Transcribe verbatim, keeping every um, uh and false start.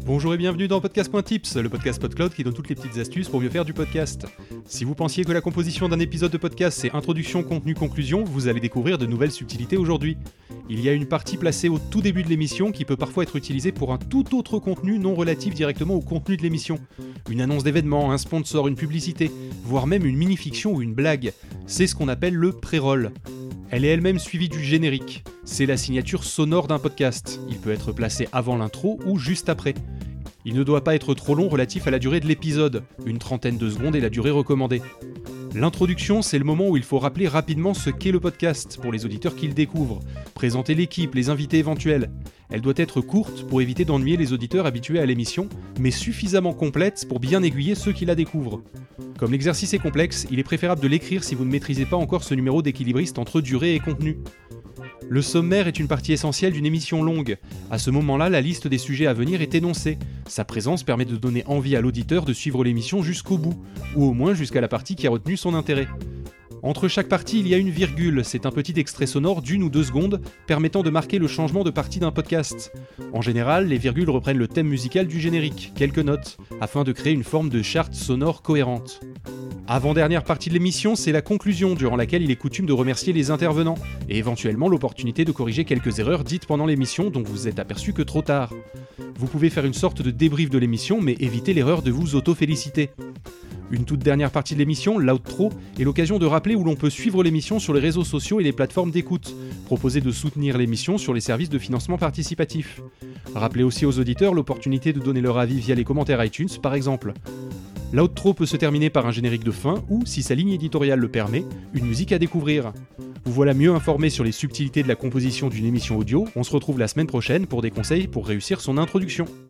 Bonjour et bienvenue dans podcast.tips, le podcast PodCloud qui donne toutes les petites astuces pour mieux faire du podcast. Si vous pensiez que la composition d'un épisode de podcast c'est introduction, contenu, conclusion, vous allez découvrir de nouvelles subtilités aujourd'hui. Il y a une partie placée au tout début de l'émission qui peut parfois être utilisée pour un tout autre contenu non relatif directement au contenu de l'émission. Une annonce d'événement, un sponsor, une publicité, voire même une mini-fiction ou une blague. C'est ce qu'on appelle le pré-roll. Elle est elle-même suivie du générique. C'est la signature sonore d'un podcast. Il peut être placé avant l'intro ou juste après. Il ne doit pas être trop long relatif à la durée de l'épisode. Une trentaine de secondes est la durée recommandée. L'introduction, c'est le moment où il faut rappeler rapidement ce qu'est le podcast pour les auditeurs qui le découvrent, présenter l'équipe, les invités éventuels. Elle doit être courte pour éviter d'ennuyer les auditeurs habitués à l'émission, mais suffisamment complète pour bien aiguiller ceux qui la découvrent. Comme l'exercice est complexe, il est préférable de l'écrire si vous ne maîtrisez pas encore ce numéro d'équilibriste entre durée et contenu. Le sommaire est une partie essentielle d'une émission longue. À ce moment-là, la liste des sujets à venir est énoncée. Sa présence permet de donner envie à l'auditeur de suivre l'émission jusqu'au bout, ou au moins jusqu'à la partie qui a retenu son intérêt. Entre chaque partie, il y a une virgule, c'est un petit extrait sonore d'une ou deux secondes permettant de marquer le changement de partie d'un podcast. En général, les virgules reprennent le thème musical du générique, quelques notes, afin de créer une forme de charte sonore cohérente. Avant-dernière partie de l'émission, c'est la conclusion, durant laquelle il est coutume de remercier les intervenants, et éventuellement l'opportunité de corriger quelques erreurs dites pendant l'émission dont vous vous êtes aperçu que trop tard. Vous pouvez faire une sorte de débrief de l'émission, mais éviter l'erreur de vous auto-féliciter. Une toute dernière partie de l'émission, l'outro, est l'occasion de rappeler où l'on peut suivre l'émission sur les réseaux sociaux et les plateformes d'écoute, proposer de soutenir l'émission sur les services de financement participatif. Rappelez aussi aux auditeurs l'opportunité de donner leur avis via les commentaires iTunes par exemple. L'outro peut se terminer par un générique de fin ou, si sa ligne éditoriale le permet, une musique à découvrir. Vous voilà mieux informé sur les subtilités de la composition d'une émission audio, on se retrouve la semaine prochaine pour des conseils pour réussir son introduction.